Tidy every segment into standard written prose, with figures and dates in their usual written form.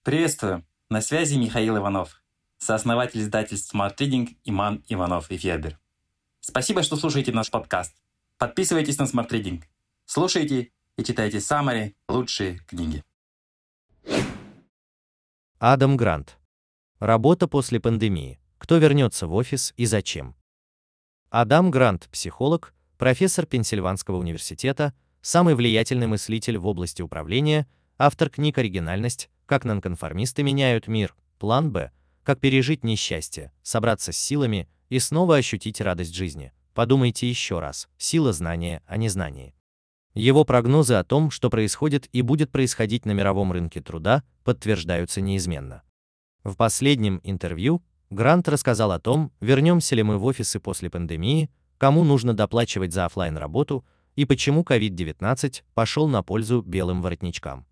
Приветствую! На связи Михаил Иванов, сооснователь издательств Smart Reading Иман Иванов и Федер. Спасибо, что слушаете наш подкаст. Подписывайтесь на Smart Reading. Слушайте и читайте самые лучшие книги. Адам Грант. Работа после пандемии. Кто вернется в офис и зачем? Адам Грант – психолог, профессор Пенсильванского университета, самый влиятельный мыслитель в области управления, автор книг «Оригинальность», «Как нонконформисты меняют мир», «План Б», «Как пережить несчастье», «Собраться с силами» и снова ощутить радость жизни. Подумайте еще раз. Сила знания о незнании. Его прогнозы о том, что происходит и будет происходить на мировом рынке труда, подтверждаются неизменно. В последнем интервью Грант рассказал о том, вернемся ли мы в офисы после пандемии, кому нужно доплачивать за офлайн-работу и почему COVID-19 пошел на пользу белым воротничкам.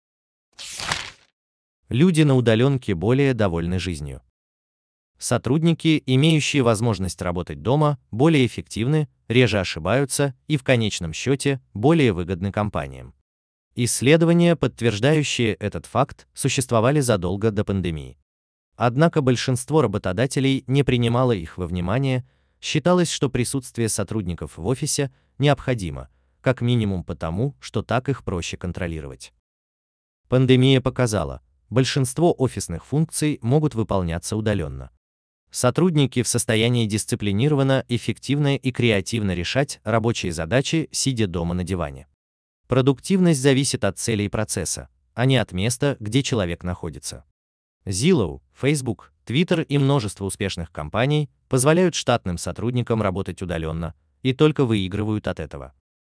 Люди на удаленке более довольны жизнью. Сотрудники, имеющие возможность работать дома, более эффективны, реже ошибаются и в конечном счете более выгодны компаниям. Исследования, подтверждающие этот факт, существовали задолго до пандемии. Однако большинство работодателей не принимало их во внимание, считалось, что присутствие сотрудников в офисе необходимо, как минимум потому, что так их проще контролировать. Пандемия показала, большинство офисных функций могут выполняться удаленно. Сотрудники в состоянии дисциплинированно, эффективно и креативно решать рабочие задачи, сидя дома на диване. Продуктивность зависит от целей процесса, а не от места, где человек находится. Zillow, Facebook, Twitter и множество успешных компаний позволяют штатным сотрудникам работать удаленно и только выигрывают от этого.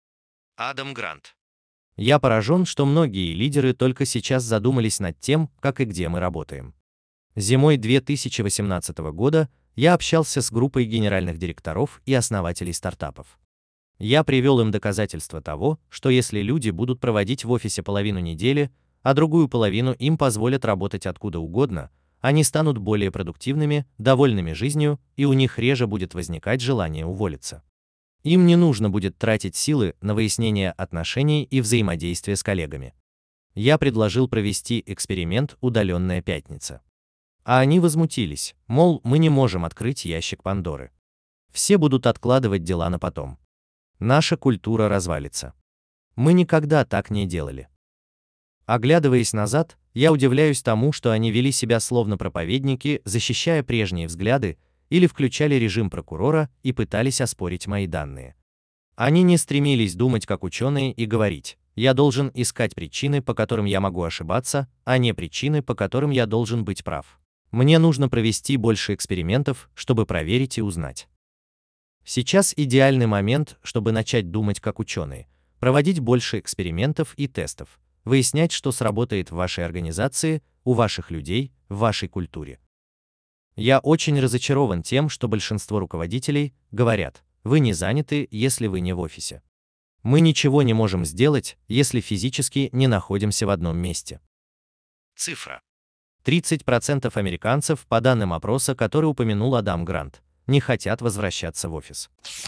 Адам Грант. Я поражен, что многие лидеры только сейчас задумались над тем, как и где мы работаем. Зимой 2018 года я общался с группой генеральных директоров и основателей стартапов. Я привел им доказательства того, что если люди будут проводить в офисе половину недели, а другую половину им позволят работать откуда угодно, они станут более продуктивными, довольными жизнью, и у них реже будет возникать желание уволиться. Им не нужно будет тратить силы на выяснение отношений и взаимодействие с коллегами. Я предложил провести эксперимент «Удаленная пятница». А они возмутились, мол, мы не можем открыть ящик Пандоры. Все будут откладывать дела на потом. Наша культура развалится. Мы никогда так не делали. Оглядываясь назад, я удивляюсь тому, что они вели себя словно проповедники, защищая прежние взгляды, или включали режим прокурора и пытались оспорить мои данные. Они не стремились думать как ученые и говорить: я должен искать причины, по которым я могу ошибаться, а не причины, по которым я должен быть прав. Мне нужно провести больше экспериментов, чтобы проверить и узнать. Сейчас идеальный момент, чтобы начать думать как ученые, проводить больше экспериментов и тестов, выяснять, что сработает в вашей организации, у ваших людей, в вашей культуре. Я очень разочарован тем, что большинство руководителей говорят: вы не заняты, если вы не в офисе. Мы ничего не можем сделать, если физически не находимся в одном месте. Цифра. 30% американцев, по данным опроса, который упомянул Адам Грант, не хотят возвращаться в офис.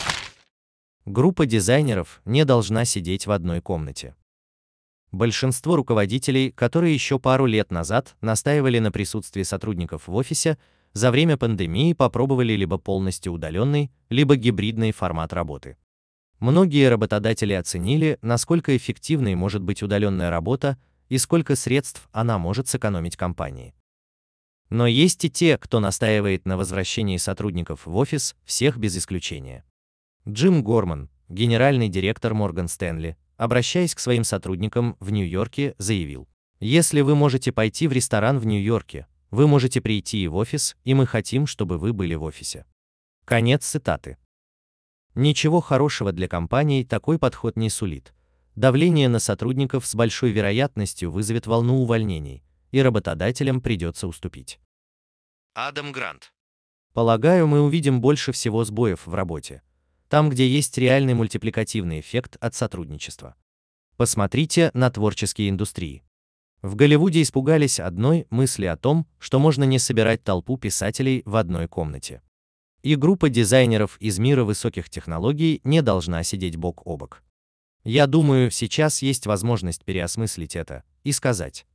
Группа дизайнеров не должна сидеть в одной комнате. Большинство руководителей, которые еще пару лет назад настаивали на присутствии сотрудников в офисе, за время пандемии попробовали либо полностью удаленный, либо гибридный формат работы. Многие работодатели оценили, насколько эффективной может быть удаленная работа и сколько средств она может сэкономить компании. Но есть и те, кто настаивает на возвращении сотрудников в офис, всех без исключения. Джим Горман, генеральный директор Морган Стэнли, обращаясь к своим сотрудникам в Нью-Йорке, заявил: если вы можете пойти в ресторан в Нью-Йорке, вы можете прийти и в офис, и мы хотим, чтобы вы были в офисе. Конец цитаты. Ничего хорошего для компаний такой подход не сулит. Давление на сотрудников с большой вероятностью вызовет волну увольнений, и работодателям придется уступить. Адам Грант. Полагаю, мы увидим больше всего сбоев в работе, там, где есть реальный мультипликативный эффект от сотрудничества. Посмотрите на творческие индустрии. В Голливуде испугались одной мысли о том, что можно не собирать толпу писателей в одной комнате. И группа дизайнеров из мира высоких технологий не должна сидеть бок о бок. Я думаю, сейчас есть возможность переосмыслить это и сказать: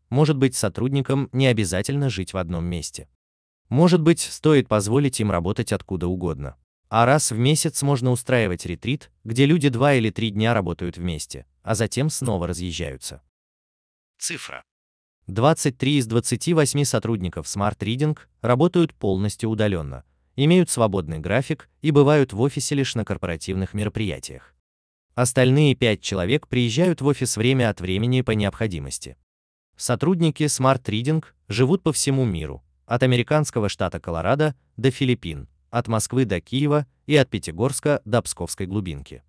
Может быть, сотрудникам не обязательно жить в одном месте. Может быть, стоит позволить им работать откуда угодно. А раз в месяц можно устраивать ретрит, где люди 2 или 3 дня работают вместе, а затем снова разъезжаются. Цифра. 23 из 28 сотрудников Smart Reading работают полностью удаленно, имеют свободный график и бывают в офисе лишь на корпоративных мероприятиях. Остальные 5 человек приезжают в офис время от времени по необходимости. Сотрудники Smart Reading живут по всему миру, от американского штата Колорадо до Филиппин, от Москвы до Киева и от Пятигорска до Псковской глубинки.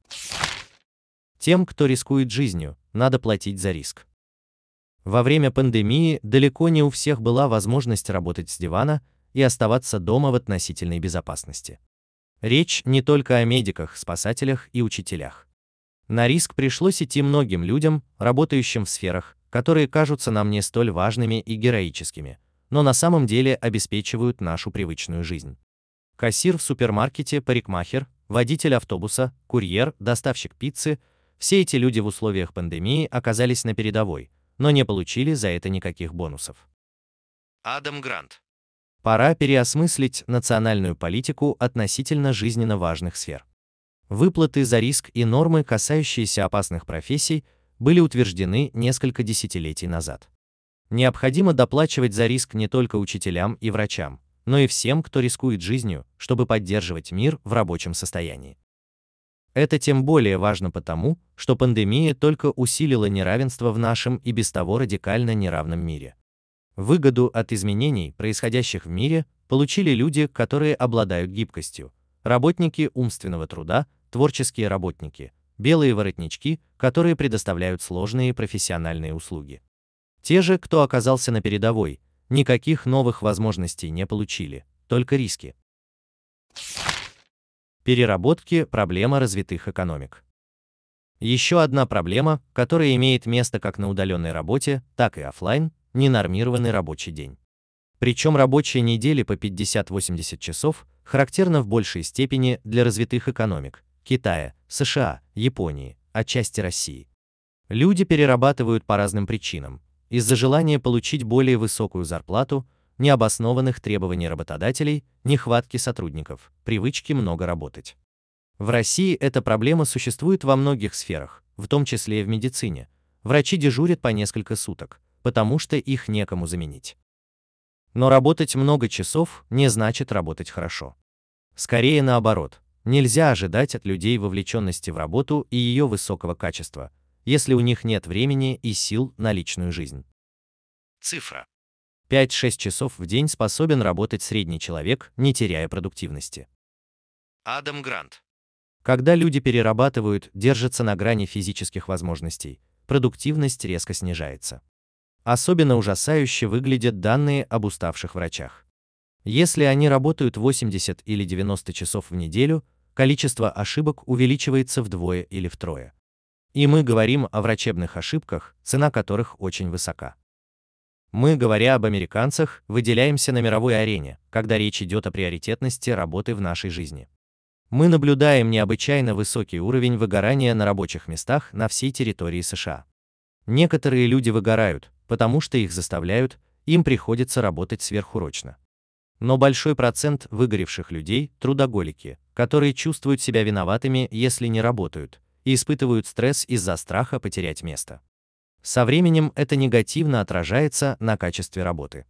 Тем, кто рискует жизнью, надо платить за риск. Во время пандемии далеко не у всех была возможность работать с дивана и оставаться дома в относительной безопасности. Речь не только о медиках, спасателях и учителях. На риск пришлось идти многим людям, работающим в сферах, которые кажутся нам не столь важными и героическими, но на самом деле обеспечивают нашу привычную жизнь. Кассир в супермаркете, парикмахер, водитель автобуса, курьер, доставщик пиццы – все эти люди в условиях пандемии оказались на передовой, но не получили за это никаких бонусов. Адам Грант. Пора переосмыслить национальную политику относительно жизненно важных сфер. Выплаты за риск и нормы, касающиеся опасных профессий, были утверждены несколько десятилетий назад. Необходимо доплачивать за риск не только учителям и врачам, но и всем, кто рискует жизнью, чтобы поддерживать мир в рабочем состоянии. Это тем более важно потому, что пандемия только усилила неравенство в нашем и без того радикально неравном мире. Выгоду от изменений, происходящих в мире, получили люди, которые обладают гибкостью, работники умственного труда, творческие работники, белые воротнички, которые предоставляют сложные профессиональные услуги. Те же, кто оказался на передовой, никаких новых возможностей не получили, только риски. Переработки – проблема развитых экономик. Еще одна проблема, которая имеет место как на удаленной работе, так и офлайн – ненормированный рабочий день. Причем рабочие недели по 50-80 часов характерна в большей степени для развитых экономик – Китая, США, Японии, отчасти России. Люди перерабатывают по разным причинам: из-за желания получить более высокую зарплату, необоснованных требований работодателей, нехватки сотрудников, привычки много работать. В России эта проблема существует во многих сферах, в том числе и в медицине. Врачи дежурят по несколько суток, потому что их некому заменить. Но работать много часов не значит работать хорошо. Скорее наоборот, нельзя ожидать от людей вовлеченности в работу и ее высокого качества, если у них нет времени и сил на личную жизнь. Цифра. 5-6 часов в день способен работать средний человек, не теряя продуктивности. Адам Грант. Когда люди перерабатывают, держатся на грани физических возможностей, продуктивность резко снижается. Особенно ужасающе выглядят данные об уставших врачах. Если они работают 80 или 90 часов в неделю, количество ошибок увеличивается вдвое или втрое. И мы говорим о врачебных ошибках, цена которых очень высока. Мы, говоря об американцах, выделяемся на мировой арене, когда речь идет о приоритетности работы в нашей жизни. Мы наблюдаем необычайно высокий уровень выгорания на рабочих местах на всей территории США. Некоторые люди выгорают, потому что их заставляют, им приходится работать сверхурочно. Но большой процент выгоревших людей – трудоголики, которые чувствуют себя виноватыми, если не работают, и испытывают стресс из-за страха потерять место. Со временем это негативно отражается на качестве работы.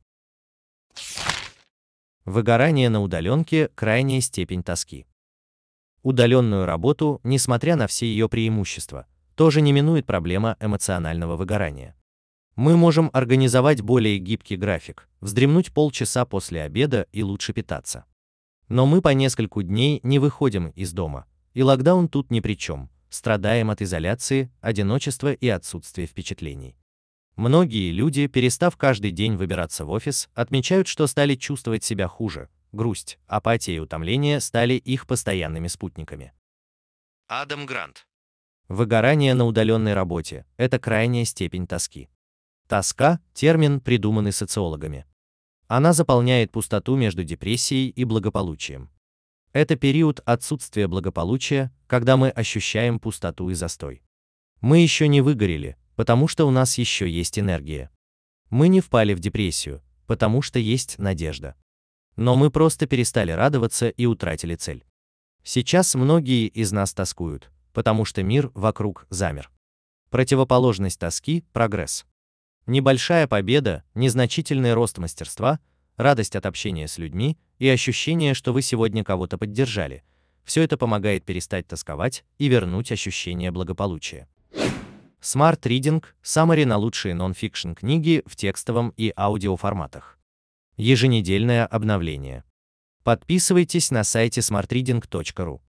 Выгорание на удаленке – крайняя степень тоски. Удаленную работу, несмотря на все ее преимущества, тоже не минует проблема эмоционального выгорания. Мы можем организовать более гибкий график, вздремнуть полчаса после обеда и лучше питаться. Но мы по нескольку дней не выходим из дома, и локдаун тут ни при чем, страдаем от изоляции, одиночества и отсутствия впечатлений. Многие люди, перестав каждый день выбираться в офис, отмечают, что стали чувствовать себя хуже, грусть, апатия и утомление стали их постоянными спутниками. Адам Грант. Выгорание на удаленной работе – это крайняя степень тоски. Тоска – термин, придуманный социологами. Она заполняет пустоту между депрессией и благополучием. Это период отсутствия благополучия, когда мы ощущаем пустоту и застой. Мы еще не выгорели, потому что у нас еще есть энергия. Мы не впали в депрессию, потому что есть надежда. Но мы просто перестали радоваться и утратили цель. Сейчас многие из нас тоскуют, потому что мир вокруг замер. Противоположность тоски – прогресс. Небольшая победа, незначительный рост мастерства, радость от общения с людьми и ощущение, что вы сегодня кого-то поддержали – все это помогает перестать тосковать и вернуть ощущение благополучия. Smart Reading – Summary на лучшие нон-фикшн книги в текстовом и аудиоформатах. Еженедельное обновление. Подписывайтесь на сайте smartreading.ru.